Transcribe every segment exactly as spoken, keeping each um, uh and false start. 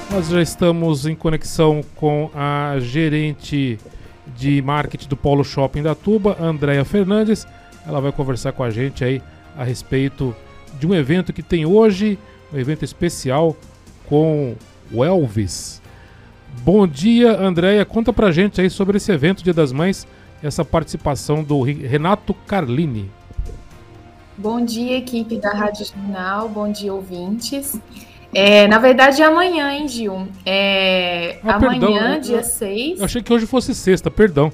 Nós já estamos em conexão com a gerente de marketing do Polo Shopping Indaiatuba, Andréia Fernandes. Ela vai conversar com a gente aí a respeito de um evento que tem hoje, um evento especial com o Elvis. Bom dia, Andréia. Conta pra gente aí sobre esse evento Dia das Mães, essa participação do Renato Carlini. Bom dia, equipe da Rádio Jornal. Bom dia, ouvintes. É, na verdade, é amanhã, hein, Gil? É, ah, amanhã, perdão, dia seis. Eu achei que hoje fosse sexta, perdão.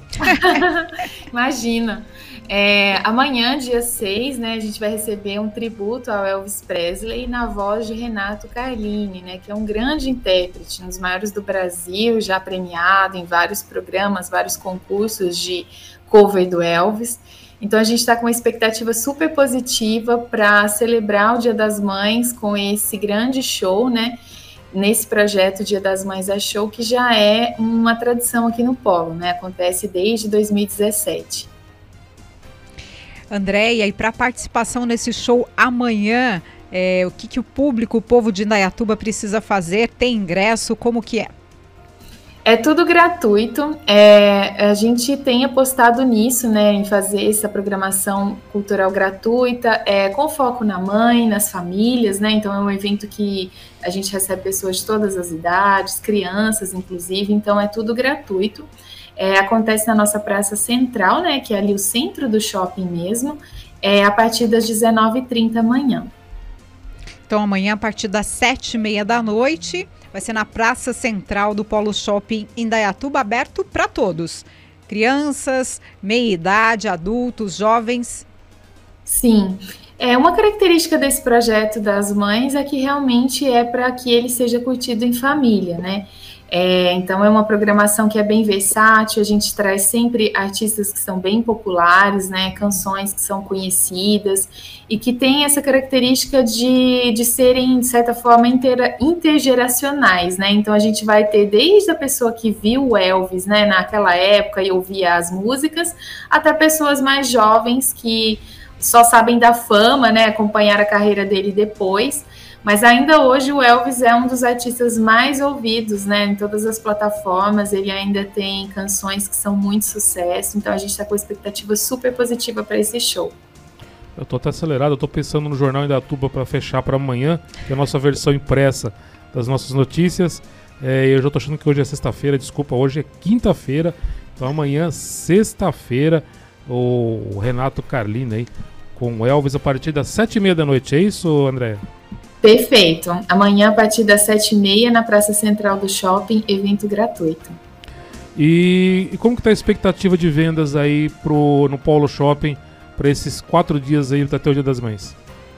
Imagina. É, amanhã, dia seis, né, a gente vai receber um tributo ao Elvis Presley na voz de Renato Carlini, né, que é um grande intérprete, um dos maiores do Brasil, já premiado em vários programas, vários concursos de cover do Elvis. Então, a gente está com uma expectativa super positiva para celebrar o Dia das Mães com esse grande show, né? Nesse projeto Dia das Mães é Show, que já é uma tradição aqui no Polo, né? Acontece desde dois mil e dezessete. Andréia, e para a participação nesse show amanhã, é, o que, que o público, o povo de Indaiatuba precisa fazer? Tem ingresso? Como que é? É tudo gratuito, é, a gente tem apostado nisso, né, em fazer essa programação cultural gratuita, é, com foco na mãe, nas famílias, né, então é um evento que a gente recebe pessoas de todas as idades, crianças inclusive, então é tudo gratuito. É, acontece na nossa praça central, né, que é ali o centro do shopping mesmo, é, a partir das dezenove e trinta amanhã. Então amanhã a partir das sete e meia da noite... vai ser na Praça Central do Polo Shopping Indaiatuba, aberto para todos. Crianças, meia-idade, adultos, jovens. Sim. É, uma característica desse projeto das mães é que realmente é para que ele seja curtido em família, né? É, então é uma programação que é bem versátil, a gente traz sempre artistas que são bem populares, né, canções que são conhecidas e que têm essa característica de, de serem, de certa forma, inter, intergeracionais, né, então a gente vai ter desde a pessoa que viu o Elvis, né, naquela época e ouvia as músicas, até pessoas mais jovens que só sabem da fama, né, acompanhar a carreira dele depois. Mas ainda hoje o Elvis é um dos artistas mais ouvidos, né, em todas as plataformas, ele ainda tem canções que são muito sucesso, então a gente está com expectativa super positiva para esse show. Eu tô até acelerado, eu tô pensando no Jornal Indaiatuba para fechar para amanhã, que é a nossa versão impressa das nossas notícias, é, eu já tô achando que hoje é sexta-feira, desculpa, hoje é quinta-feira, então amanhã, sexta-feira, o Renato Carlini aí, com o Elvis a partir das sete e meia da noite, é isso, André? Perfeito. Amanhã, a partir das sete e meia, na Praça Central do Shopping, evento gratuito. E, e como que está a expectativa de vendas aí pro, no Polo Shopping para esses quatro dias aí até o Dia das Mães?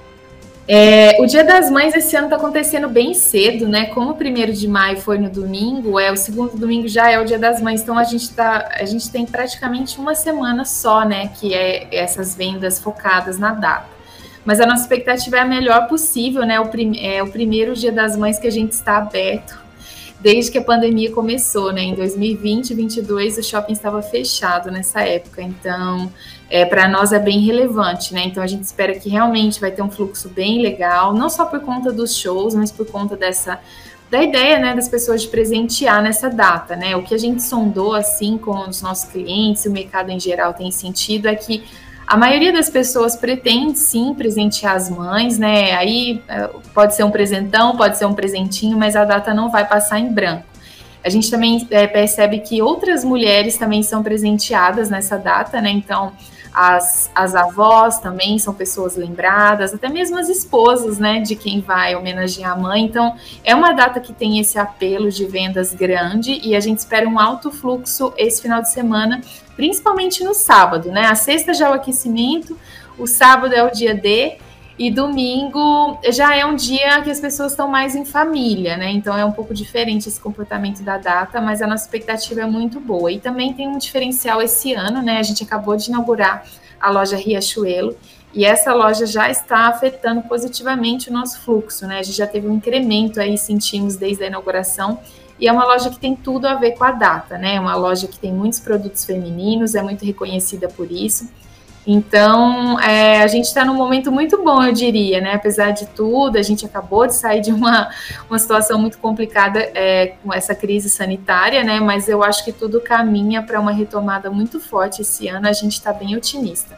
É, o Dia das Mães esse ano está acontecendo bem cedo, né? Como o primeiro de maio foi no domingo, é, o segundo domingo já é o Dia das Mães, então a gente, tá, a gente tem praticamente uma semana só, né? Que é essas vendas focadas na data. Mas a nossa expectativa é a melhor possível, né? O prim- é o primeiro Dia das Mães que a gente está aberto desde que a pandemia começou, né? Em dois mil e vinte e vinte e dois o shopping estava fechado nessa época, então é, para nós é bem relevante, né? Então a gente espera que realmente vai ter um fluxo bem legal, não só por conta dos shows, mas por conta dessa da ideia, né, das pessoas de presentear nessa data, né? O que a gente sondou assim com os nossos clientes e o mercado em geral tem sentido é que a maioria das pessoas pretende sim presentear as mães, né? Aí pode ser um presentão, pode ser um presentinho, mas a data não vai passar em branco. A gente também é, percebe que outras mulheres também são presenteadas nessa data, né? Então, as, as avós também são pessoas lembradas, até mesmo as esposas, né? De quem vai homenagear a mãe. Então, é uma data que tem esse apelo de vendas grande e a gente espera um alto fluxo esse final de semana, principalmente no sábado, né? A sexta já é o aquecimento, o sábado é o dia D e domingo já é um dia que as pessoas estão mais em família, né? Então é um pouco diferente esse comportamento da data, mas a nossa expectativa é muito boa. E também tem um diferencial esse ano, né? A gente acabou de inaugurar a loja Riachuelo e essa loja já está afetando positivamente o nosso fluxo, né? A gente já teve um incremento aí, sentimos desde a inauguração. E é uma loja que tem tudo a ver com a data, né? É uma loja que tem muitos produtos femininos, é muito reconhecida por isso. Então, é, a gente está num momento muito bom, eu diria, né? Apesar de tudo, a gente acabou de sair de uma, uma situação muito complicada é, com essa crise sanitária, né? Mas eu acho que tudo caminha para uma retomada muito forte esse ano, a gente está bem otimista.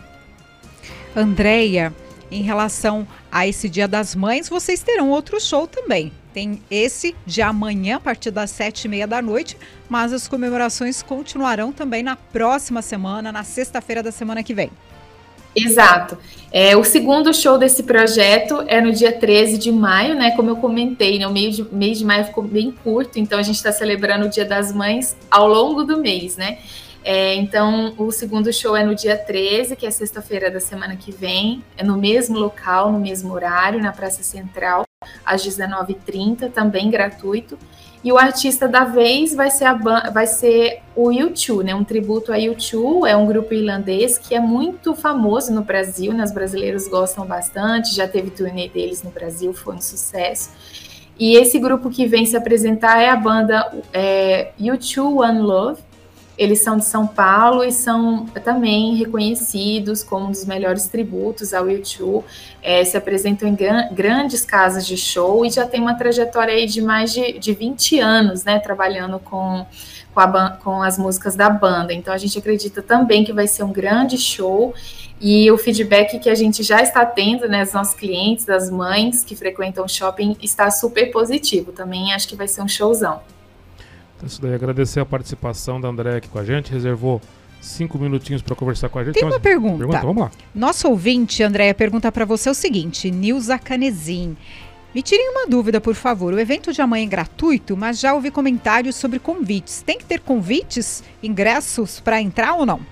Andréia, em relação a esse Dia das Mães, vocês terão outro show também. Tem esse de amanhã, a partir das sete e meia da noite, mas as comemorações continuarão também na próxima semana, na sexta-feira da semana que vem. Exato. É, o segundo show desse projeto é no dia treze de maio, né? Como eu comentei, né? O mês de, mês de maio ficou bem curto, então a gente está celebrando o Dia das Mães ao longo do mês, né? É, então, o segundo show é no dia treze, que é sexta-feira da semana que vem, é no mesmo local, no mesmo horário, na Praça Central, às dezenove e trinta, também gratuito. E o artista da vez vai ser, a, vai ser o U dois, né? Um tributo a U dois, é um grupo irlandês que é muito famoso no Brasil, né? Os brasileiros gostam bastante, já teve turnê deles no Brasil, foi um sucesso. E esse grupo que vem se apresentar é a banda é, U dois One Love. Eles são de São Paulo e são também reconhecidos como um dos melhores tributos ao U dois, é, se apresentam em gran, grandes casas de show e já tem uma trajetória aí de mais de, de vinte anos, né, trabalhando com, com, a, com as músicas da banda. Então a gente acredita também que vai ser um grande show e o feedback que a gente já está tendo, né, dos nossos clientes, das mães que frequentam o shopping, está super positivo. Também acho que vai ser um showzão. Então, isso daí, agradecer a participação da Andréia aqui com a gente, reservou cinco minutinhos para conversar com a gente. Tem uma pergunta. pergunta. Vamos lá. Nosso ouvinte, Andréia, pergunta para você o seguinte, Nilza Canezin. Me tirem uma dúvida, por favor. O evento de amanhã é gratuito, mas já ouvi comentários sobre convites. Tem que ter convites, ingressos para entrar ou não?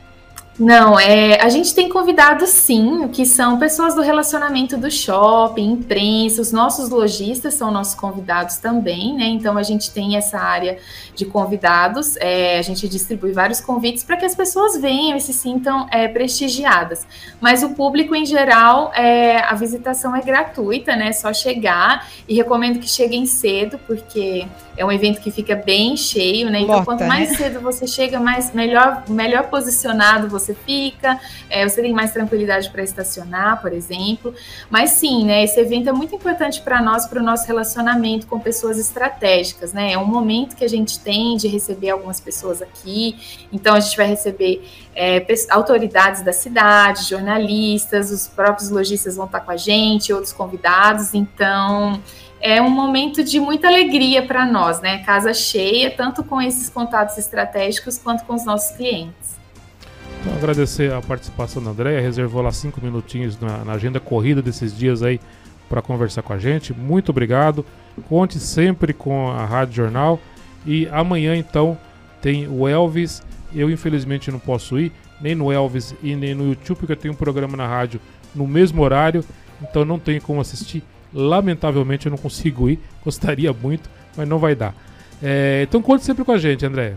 Não, é, a gente tem convidados sim, que são pessoas do relacionamento do shopping, imprensa, os nossos lojistas são nossos convidados também, né? Então a gente tem essa área de convidados, é, a gente distribui vários convites para que as pessoas venham e se sintam é, prestigiadas. Mas o público em geral, é, a visitação é gratuita, né? É só chegar e recomendo que cheguem cedo, porque é um evento que fica bem cheio, né? Então, Lota, quanto mais né? cedo você chega, mais, melhor, melhor posicionado você fica, é, você tem mais tranquilidade para estacionar, por exemplo. Mas sim, né? Esse evento é muito importante para nós, para o nosso relacionamento com pessoas estratégicas, né? É um momento que a gente tem de receber algumas pessoas aqui. Então, a gente vai receber é, autoridades da cidade, jornalistas, os próprios lojistas vão estar com a gente, outros convidados. Então, é um momento de muita alegria para nós, né? Casa cheia, tanto com esses contatos estratégicos quanto com os nossos clientes. Então, agradecer a participação da Andréia, reservou lá cinco minutinhos na, na agenda corrida desses dias aí para conversar com a gente. Muito obrigado. Conte sempre com a Rádio Jornal. E amanhã, então, tem o Elvis. Eu, infelizmente, não posso ir, nem no Elvis e nem no YouTube, porque eu tenho um programa na rádio no mesmo horário, então não tenho como assistir. Lamentavelmente, eu não consigo ir. Gostaria muito, mas não vai dar. É, então, conte sempre com a gente, Andréia.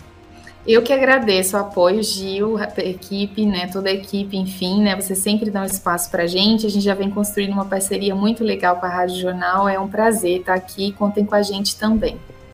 Eu que agradeço o apoio, Gil, a equipe, né, toda a equipe, enfim, né, você sempre dá um espaço pra gente, a gente já vem construindo uma parceria muito legal com a Rádio Jornal, é um prazer estar aqui, contem com a gente também.